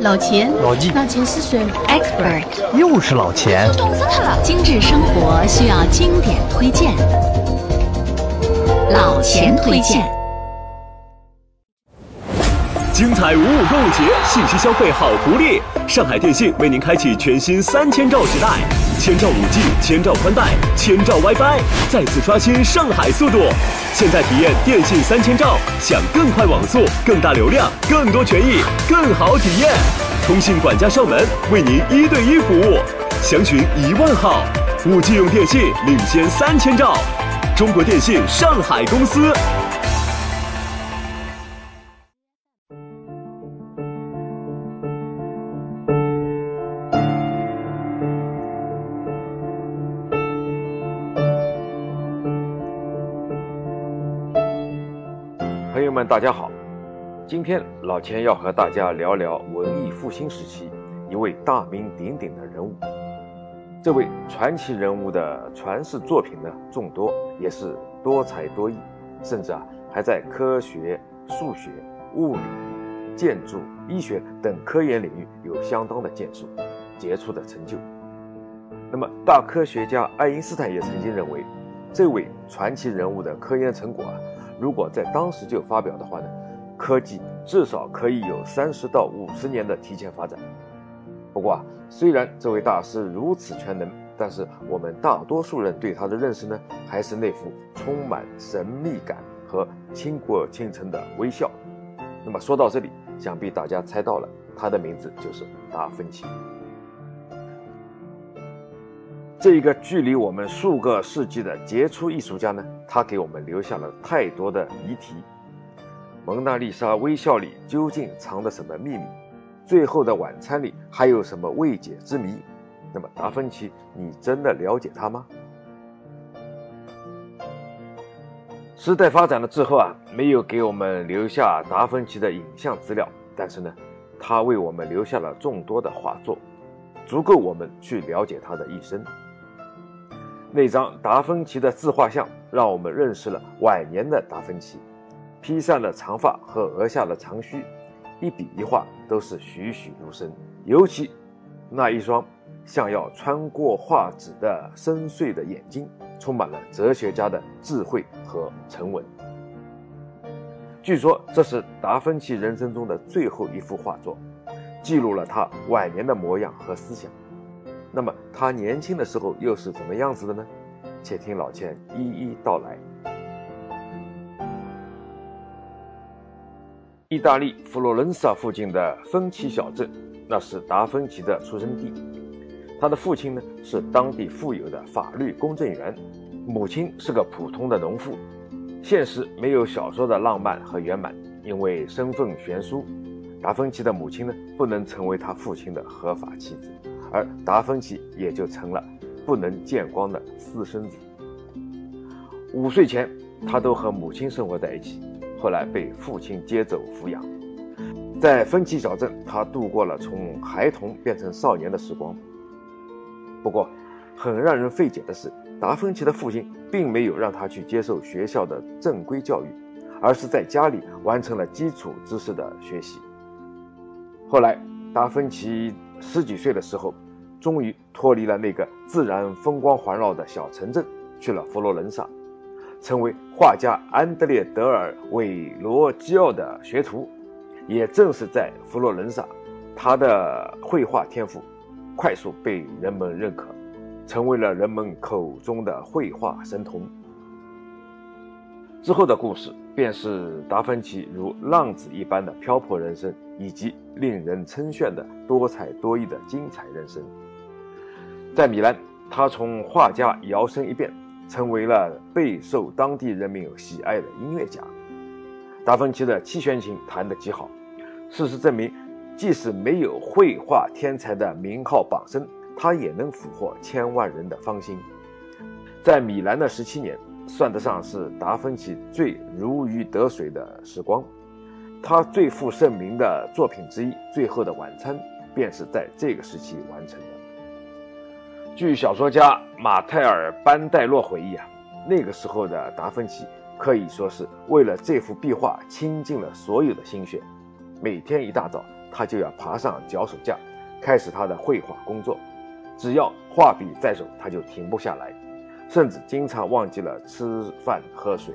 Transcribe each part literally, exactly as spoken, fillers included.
老钱， 老纪， 老钱是谁 ？Expert， 又是老钱。 冻死他了！精致生活需要经典推荐，老钱推荐。 精彩五五购物节，信息消费好福利！上海电信为您开启全新三千兆时代，千兆五 G， 千兆宽带，千兆 WiFi， 再次刷新上海速度。现在体验电信三千兆，享更快网速、更大流量、更多权益、更好体验。通信管家上门为您一对一服务，详询一万号。五 G 用电信领先三千兆，中国电信上海公司。 朋友们大家好，今天老钱要和大家聊聊文艺复兴时期一位大名鼎鼎的人物。这位传奇人物的传世作品呢众多，也是多才多艺，甚至啊还在科学、数学、物理、建筑、医学等科研领域有相当的建树、杰出的成就。那么大科学家爱因斯坦也曾经认为，这位传奇人物的科研成果啊如果在当时就发表的话呢，科技至少可以有三十到五十年的提前发展。不过啊，虽然这位大师如此全能，但是我们大多数人对他的认识呢，还是那副充满神秘感和倾国倾城的微笑。那么说到这里，想必大家猜到了，他的名字就是达芬奇。这一个距离我们数个世纪的杰出艺术家呢，他给我们留下了太多的谜题。蒙娜丽莎微笑里究竟藏着什么秘密？最后的晚餐里还有什么未解之谜？那么达芬奇，你真的了解他吗？时代发展了之后啊，没有给我们留下达芬奇的影像资料，但是呢，他为我们留下了众多的画作，足够我们去了解他的一生。那张达芬奇的自画像让我们认识了晚年的达芬奇，披散了长发和额下的长须，一笔一画都是栩栩如生，尤其那一双像要穿过画纸的深邃的眼睛，充满了哲学家的智慧和沉稳。据说这是达芬奇人生中的最后一幅画作，记录了他晚年的模样和思想。那么他年轻的时候又是怎么样子的呢？且听老钱一一道来。意大利佛罗伦萨附近的芬奇小镇，那是达芬奇的出生地。他的父亲呢是当地富有的法律公证员，母亲是个普通的农妇。现实没有小说的浪漫和圆满，因为身份悬殊，达芬奇的母亲呢不能成为他父亲的合法妻子，而达芬奇也就成了不能见光的私生子。五岁前他都和母亲生活在一起，后来被父亲接走抚养。在芬奇小镇，他度过了从孩童变成少年的时光。不过很让人费解的是，达芬奇的父亲并没有让他去接受学校的正规教育，而是在家里完成了基础知识的学习。后来达芬奇十几岁的时候，终于脱离了那个自然风光环绕的小城镇，去了佛罗伦萨，成为画家安德烈·德尔韦罗基奥的学徒。也正是在佛罗伦萨，他的绘画天赋快速被人们认可，成为了人们口中的绘画神童。之后的故事便是达芬奇如浪子一般的漂泊人生，以及令人称羡的多才多艺的精彩人生。在米兰，他从画家摇身一变，成为了备受当地人民喜爱的音乐家。达芬奇的七弦琴弹得极好，事实证明，即使没有绘画天才的名号傍身，他也能俘获千万人的芳心。在米兰的十七年，算得上是达芬奇最如鱼得水的时光。他最负盛名的作品之一《最后的晚餐》便是在这个时期完成的。据小说家马泰尔·班代洛回忆啊，那个时候的达芬奇可以说是为了这幅壁画倾尽了所有的心血。每天一大早， 他就要爬上脚手架，开始他的绘画工作。只要画笔在手，他就停不下来，甚至经常忘记了吃饭喝水。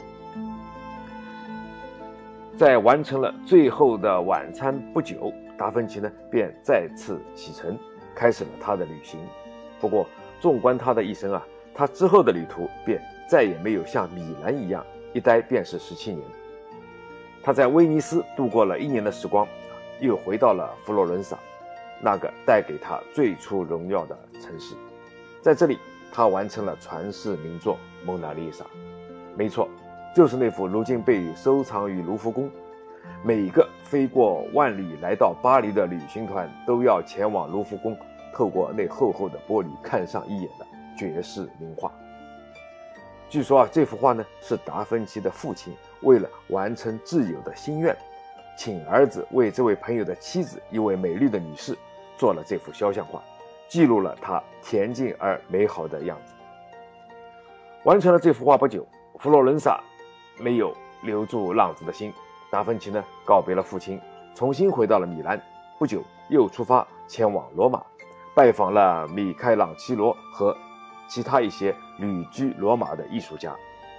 在完成了最后的晚餐不久，达芬奇呢便再次启程，开始了他的旅行。不过纵观他的一生啊，他之后的旅途便再也没有像米兰一样一待便是十七年。他在威尼斯度过了一年的时光，又回到了佛罗伦萨，那个带给他最初荣耀的城市。在这里他完成了传世名作《蒙娜丽莎》，没错，就是那幅如今被收藏于卢浮宫，每一个飞过万里来到巴黎的旅行团都要前往卢浮宫，透过那厚厚的玻璃看上一眼的绝世名画。据说啊，这幅画呢是达芬奇的父亲为了完成挚友的心愿，请儿子为这位朋友的妻子，一位美丽的女士，做了这幅肖像画，记录了他恬静而美好的样子。完成了这幅画不久，佛罗伦萨没有留住浪子的心，达芬奇呢告别了父亲，重新回到了米兰。不久又出发前往罗马，拜访了米开朗基罗和其他一些旅居罗马的艺术家。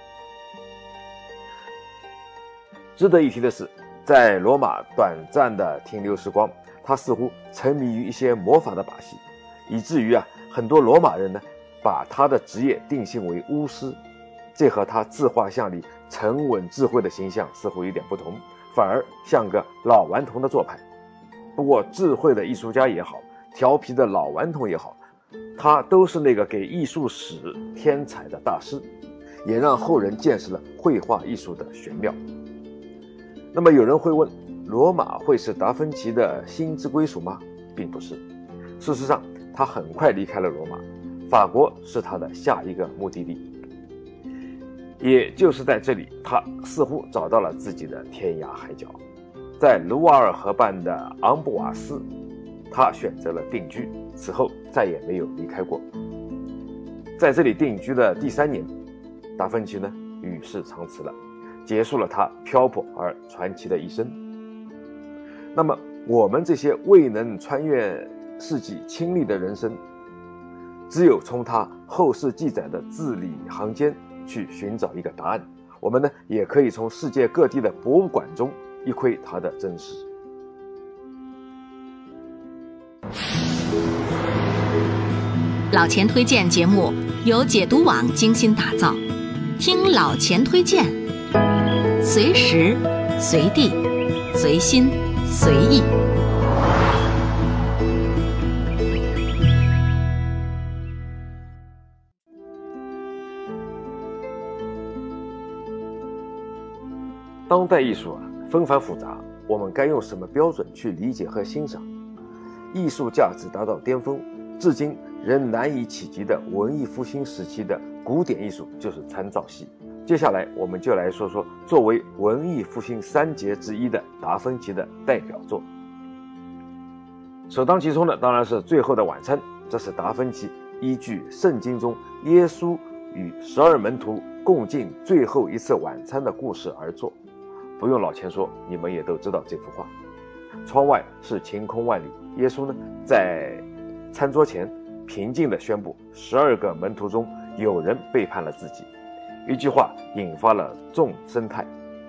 值得一提的是，在罗马短暂的停留时光，他似乎沉迷于一些魔法的把戏，以至于啊，很多罗马人呢把他的职业定性为巫师，这和他自画像里沉稳智慧的形象似乎有点不同，反而像个老顽童的做派。不过智慧的艺术家也好，调皮的老顽童也好，他都是那个给艺术史添彩的大师，也让后人见识了绘画艺术的玄妙。那么有人会问，罗马会是达芬奇的心之归属吗？并不是。事实上，他很快离开了罗马，法国是他的下一个目的地。也就是在这里，他似乎找到了自己的天涯海角。在卢瓦尔河畔的昂布瓦斯，他选择了定居，此后再也没有离开过。在这里定居的第三年，达芬奇呢与世长辞了，结束了他漂泊而传奇的一生。那么我们这些未能穿越世纪亲历的人生，只有从他后世记载的字里行间去寻找一个答案。我们呢也可以从世界各地的博物馆中一窥他的真实。 老钱推荐节目由解读网精心打造，听老钱推荐，随时随地随心随意。 当代艺术啊纷繁复杂，我们该用什么标准去理解和欣赏？艺术价值达到巅峰，至今仍难以企及的文艺复兴时期的古典艺术就是参照系。接下来我们就来说说作为文艺复兴三杰之一的达芬奇的代表作。首当其冲的当然是《最后的晚餐》，这是达芬奇依据圣经中耶稣与十二门徒共进最后一次晚餐的故事而作。不用老钱说，你们也都知道这幅画。窗外是晴空万里，耶稣呢在餐桌前平静地宣布十二个门徒中有人背叛了自己，一句话引发了众生态。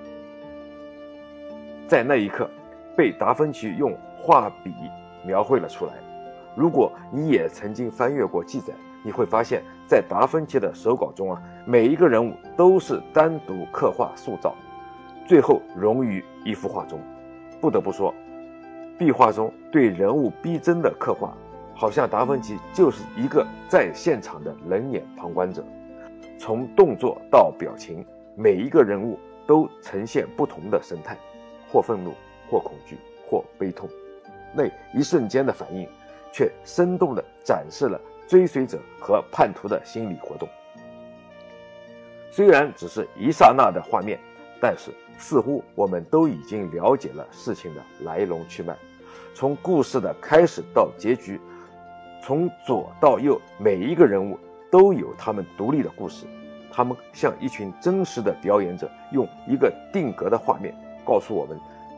在那一刻被达芬奇用画笔描绘了出来。如果你也曾经翻阅过记载，你会发现在达芬奇的手稿中啊，每一个人物都是单独刻画塑造，最后融于一幅画中。不得不说，壁画中对人物逼真的刻画，好像达芬奇就是一个在现场的冷眼旁观者。从动作到表情，每一个人物都呈现不同的神态，或愤怒，或恐惧，或悲痛。那一瞬间的反应却生动地展示了追随者和叛徒的心理活动。虽然只是一刹那的画面，但是似乎我们都已经了解了事情的来龙去脉，从故事的开始到结局，从左到右，每一个人物都有他们独立的故事。他们像一群真实的表演者，用一个定格的画面告诉我们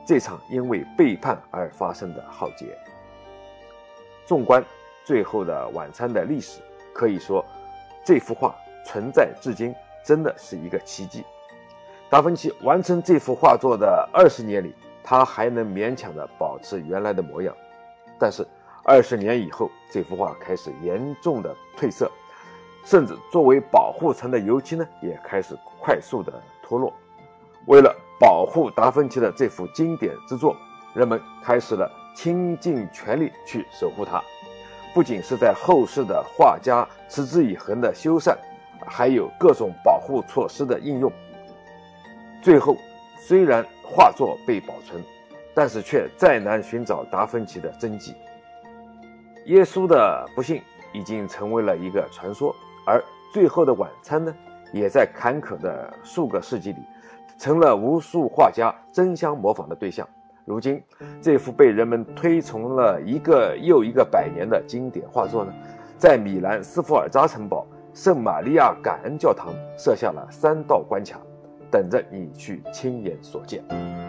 这场因为背叛而发生的浩劫。纵观最后的晚餐的历史，可以说这幅画存在至今真的是一个奇迹。达芬奇完成这幅画作的二十年里，他还能勉强的保持原来的模样，但是二十年以后，这幅画开始严重的褪色，甚至作为保护层的油漆呢也开始快速的脱落。为了保护达芬奇的这幅经典之作，人们开始了倾尽全力去守护它，不仅是在后世的画家持之以恒的修缮，还有各种保护措施的应用。最后虽然画作被保存，但是却再难寻找达芬奇的真迹。耶稣的不幸已经成为了一个传说，而最后的晚餐呢，也在坎坷的数个世纪里成了无数画家争相模仿的对象。如今这幅被人们推崇了一个又一个百年的经典画作呢，在米兰斯福尔扎城堡圣玛利亚感恩教堂设下了三道关卡，等着你去亲眼所见。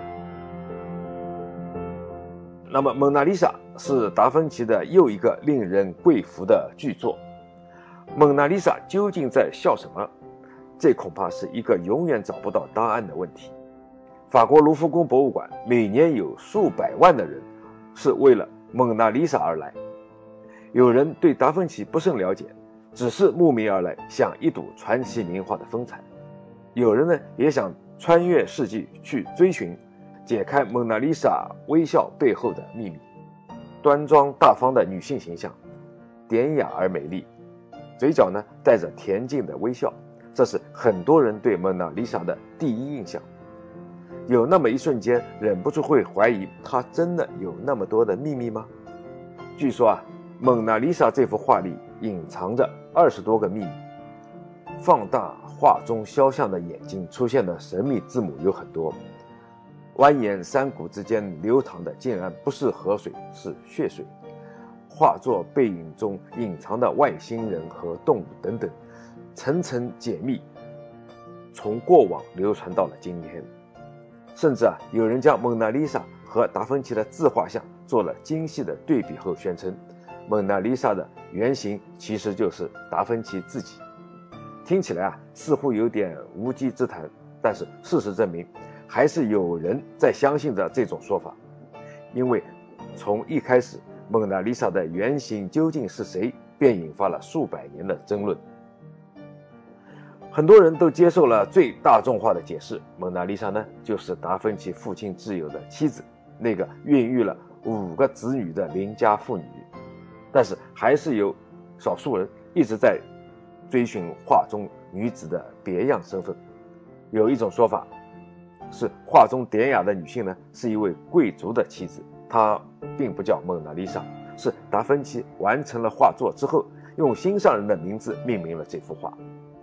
那么蒙娜丽莎是达芬奇的又一个令人跪服的巨作。蒙娜丽莎究竟在笑什么？这恐怕是一个永远找不到答案的问题。法国卢浮宫博物馆每年有数百万的人是为了蒙娜丽莎而来。有人对达芬奇不甚了解，只是慕名而来，想一睹传奇名画的风采。有人呢也想穿越世纪去追寻，解开蒙娜丽莎微笑背后的秘密。端庄大方的女性形象，典雅而美丽，嘴角呢带着恬静的微笑，这是很多人对蒙娜丽莎的第一印象。有那么一瞬间忍不住会怀疑，她真的有那么多的秘密吗？据说啊，蒙娜丽莎这幅画里隐藏着二十多个秘密。放大画中肖像的眼睛出现的神秘字母有很多，蜿蜒山谷之间流淌的竟然不是河水，是血水。画作背影中隐藏的外星人和动物等等，层层解密，从过往流传到了今天。甚至啊，有人将蒙娜丽莎和达芬奇的自画像做了精细的对比后宣称，蒙娜丽莎的原型其实就是达芬奇自己。听起来啊，似乎有点无稽之谈，但是事实证明，还是有人在相信着这种说法。因为从一开始，蒙娜丽莎的原型究竟是谁，便引发了数百年的争论。很多人都接受了最大众化的解释，蒙娜丽莎呢，就是达芬奇父亲挚友的妻子，那个孕育了五个子女的邻家妇女。但是还是有少数人一直在追寻画中女子的别样身份。有一种说法是，画中典雅的女性呢，是一位贵族的妻子，她并不叫蒙娜丽莎，是达芬奇完成了画作之后，用心上人的名字命名了这幅画。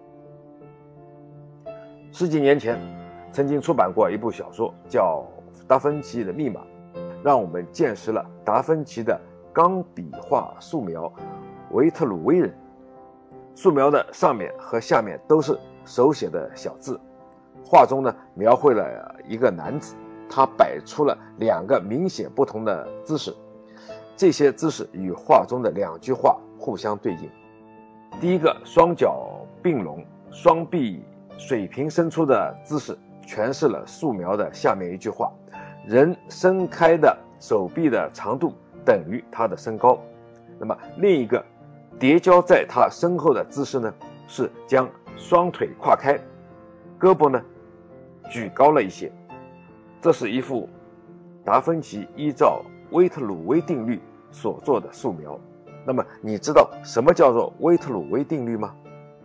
十几年前曾经出版过一部小说叫《达芬奇的密码》，让我们见识了达芬奇的钢笔画素描维特鲁威人。素描的上面和下面都是手写的小字。画中呢，描绘了一个男子，他摆出了两个明显不同的姿势，这些姿势与画中的两句话互相对应。第一个双脚并拢，双臂水平伸出的姿势，诠释了素描的下面一句话：人伸开的手臂的长度等于他的身高。那么另一个叠交在他身后的姿势呢，是将双腿跨开，胳膊呢举高了一些。这是一幅达芬奇依照威特鲁威定律所做的素描。那么你知道什么叫做威特鲁威定律吗？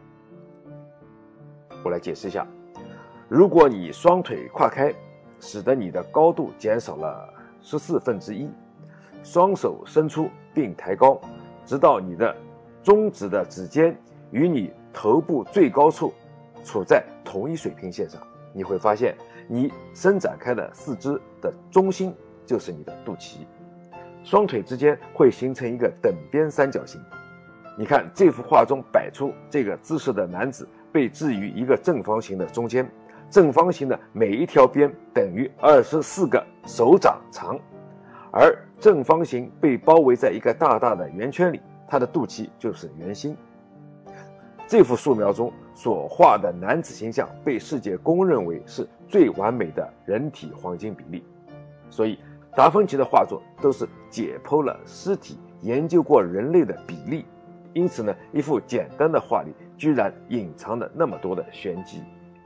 我来解释一下。如果你双腿跨开，使得你的高度减少了十四分之一，双手伸出并抬高，直到你的中指的指尖与你头部最高处处在同一水平线上，你会发现你伸展开的四肢的中心就是你的肚脐，双腿之间会形成一个等边三角形。你看这幅画中摆出这个姿势的男子被置于一个正方形的中间， 正方形的每一条边等于二十四个手掌长，而正方形被包围在一个大大的圆圈里，它的肚脐就是圆心。这幅素描中所画的男子形象被世界公认为是最完美的人体黄金比例，所以达芬奇的画作都是解剖了尸体，研究过人类的比例，因此呢，一幅简单的画里居然隐藏了那么多的玄机。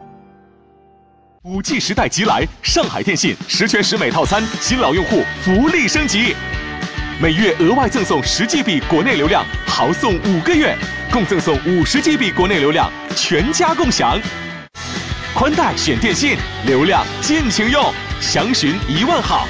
五 G 时代即来，上海电信十全十美套餐新老用户福利升级，每月额外赠送十 G B 国内流量，豪送五个月，共赠送五十 G B 国内流量，全家共享。宽带选电信，流量尽情用，详询一万号。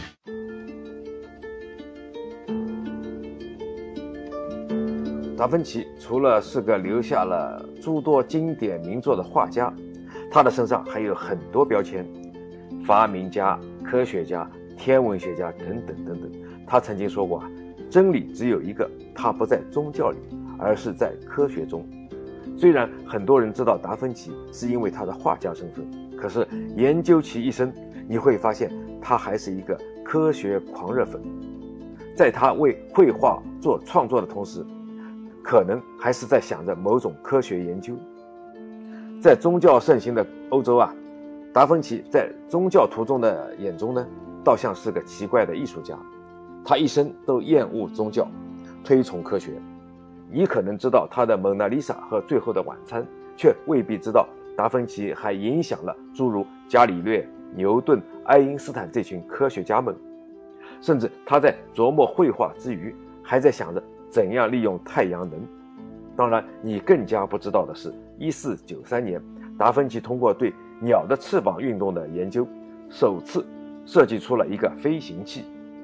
达芬奇除了是个留下了诸多经典名作的画家，他的身上还有很多标签，发明家、科学家、天文学家等等等等。他曾经说过啊，真理只有一个，它不在宗教里，而是在科学中。虽然很多人知道达芬奇是因为他的画家身份，可是研究其一生，你会发现他还是一个科学狂热粉。在他为绘画做创作的同时，可能还是在想着某种科学研究。在宗教盛行的欧洲啊，达芬奇在宗教徒众的眼中呢，倒像是个奇怪的艺术家。他一生都厌恶宗教，推崇科学。你可能知道他的《蒙娜丽莎》和《最后的晚餐》，却未必知道达芬奇还影响了诸如伽利略、牛顿、爱因斯坦这群科学家们。甚至他在琢磨绘画之余，还在想着怎样利用太阳能。当然，你更加不知道的是，一四九三年，达芬奇通过对鸟的翅膀运动的研究，首次设计出了一个飞行器。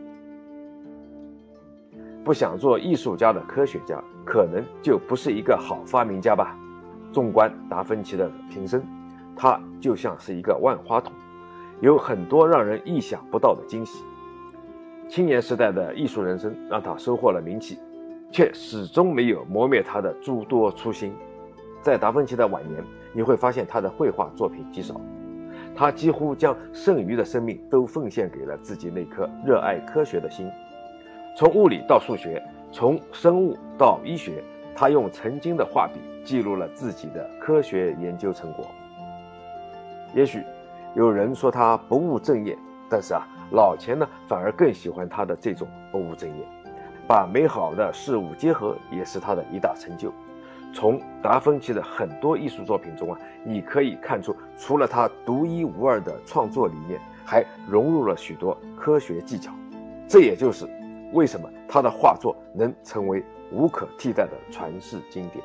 不想做艺术家的科学家，可能就不是一个好发明家吧。纵观达芬奇的平生，他就像是一个万花筒，有很多让人意想不到的惊喜。青年时代的艺术人生让他收获了名气，却始终没有磨灭他的诸多初心。在达芬奇的晚年，你会发现他的绘画作品极少，他几乎将剩余的生命都奉献给了自己那颗热爱科学的心。从物理到数学，从生物到医学，他用曾经的画笔记录了自己的科学研究成果。也许有人说他不务正业，但是啊，老钱呢反而更喜欢他的这种不务正业。把美好的事物结合，也是他的一大成就。从达芬奇的很多艺术作品中啊，你可以看出，除了他独一无二的创作理念，还融入了许多科学技巧。这也就是为什么他的画作能成为无可替代的传世经典。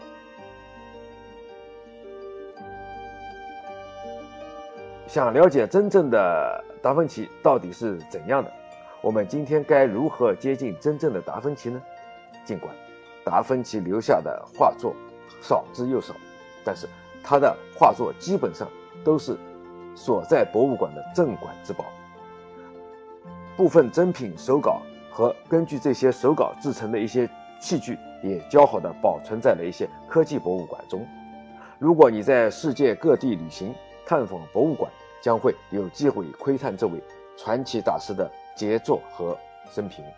想了解真正的达芬奇到底是怎样的，我们今天该如何接近真正的达芬奇呢？尽管达芬奇留下的画作少之又少，但是他的画作基本上都是所在博物馆的镇馆之宝。部分珍品手稿和根据这些手稿制成的一些器具也姣好地保存在了一些科技博物馆中。如果你在世界各地旅行探访博物馆，将会有机会窥探这位传奇大师的杰作和生平。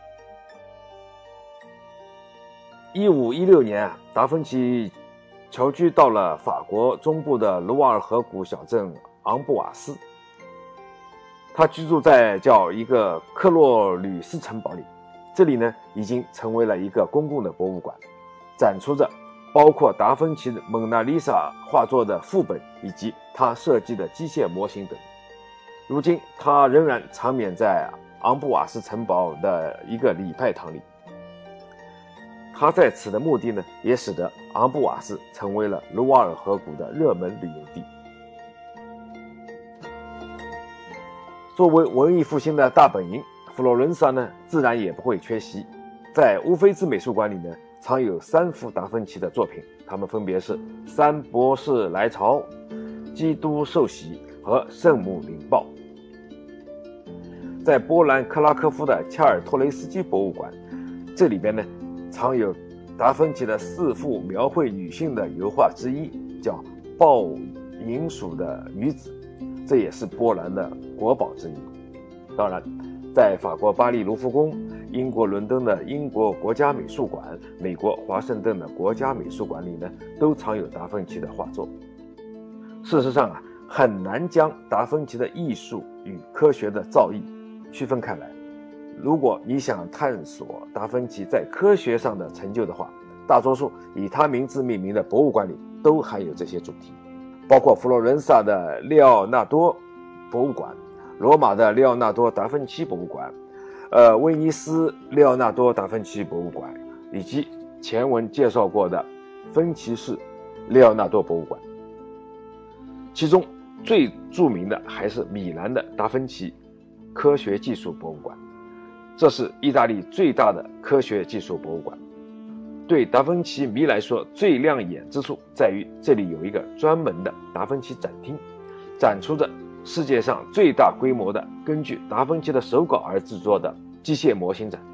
一五一六年啊，达芬奇侨居到了法国中部的卢瓦尔河谷小镇昂布瓦斯。他居住在叫一个克洛吕斯城堡里，这里呢已经成为了一个公共的博物馆，展出着包括达芬奇的蒙娜丽莎画作的副本以及他设计的机械模型等。如今他仍然长眠在昂布瓦斯城堡的一个礼拜堂里。他在此的墓地呢，也使得昂布瓦斯成为了卢瓦尔河谷的热门旅游地。作为文艺复兴的大本营，佛罗伦萨呢自然也不会缺席。在乌菲兹美术馆里呢，藏有三幅达芬奇的作品，它们分别是《三博士来朝》、《基督受洗》和《圣母领报》。在波兰克拉科夫的恰尔托雷斯基博物馆，这里边呢藏有达芬奇的四幅描绘女性的油画之一，叫《报银属的鱼子，这也是波兰的国宝之一。当然，在法国巴黎卢浮宫、英国伦敦的英国国家美术馆、美国华盛顿的国家美术馆里呢，都藏有达芬奇的画作。事实上啊，很难将达芬奇的艺术与科学的造诣区分开来。如果你想探索达芬奇在科学上的成就的话，大多数以他名字命名的博物馆里都含有这些主题，包括佛罗伦萨的利奥纳多博物馆、罗马的利奥纳多达芬奇博物馆、呃，威尼斯利奥纳多达芬奇博物馆，以及前文介绍过的芬奇市利奥纳多博物馆。其中最著名的还是米兰的达芬奇科学技术博物馆，这是意大利最大的科学技术博物馆。对达芬奇迷来说，最亮眼之处在于这里有一个专门的达芬奇展厅，展出着世界上最大规模的根据达芬奇的手稿而制作的机械模型展。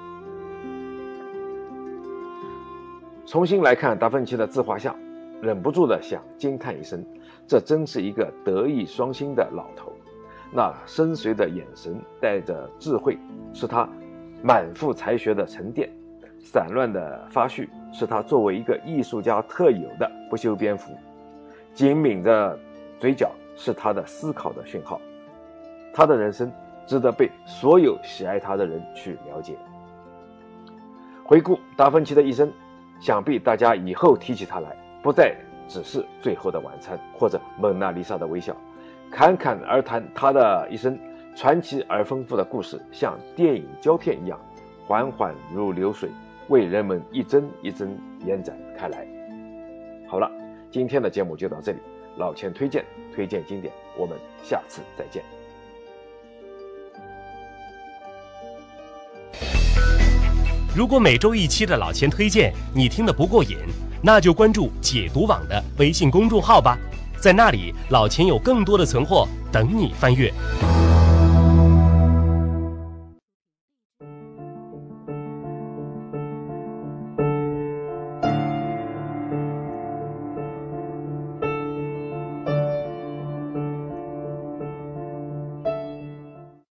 重新来看达芬奇的自画像，忍不住的想惊叹一声，这真是一个德艺双馨的老头。那深邃的眼神带着智慧，是他满腹才学的沉淀；散乱的发絮是他作为一个艺术家特有的不修边幅；紧抿的嘴角是他的思考的讯号。他的人生值得被所有喜爱他的人去了解。回顾达芬奇的一生，想必大家以后提起他来，不再只是最后的晚餐或者蒙娜丽莎的微笑，侃侃而谈他的一生，传奇而丰富的故事像电影胶片一样，缓缓如流水，为人们一帧一帧延展开来。好了，今天的节目就到这里，老钱推荐推荐经典，我们下次再见。 如果每周一期的老钱推荐你听得不过瘾，那就关注解读网的微信公众号吧，在那里老钱有更多的存货等你翻阅。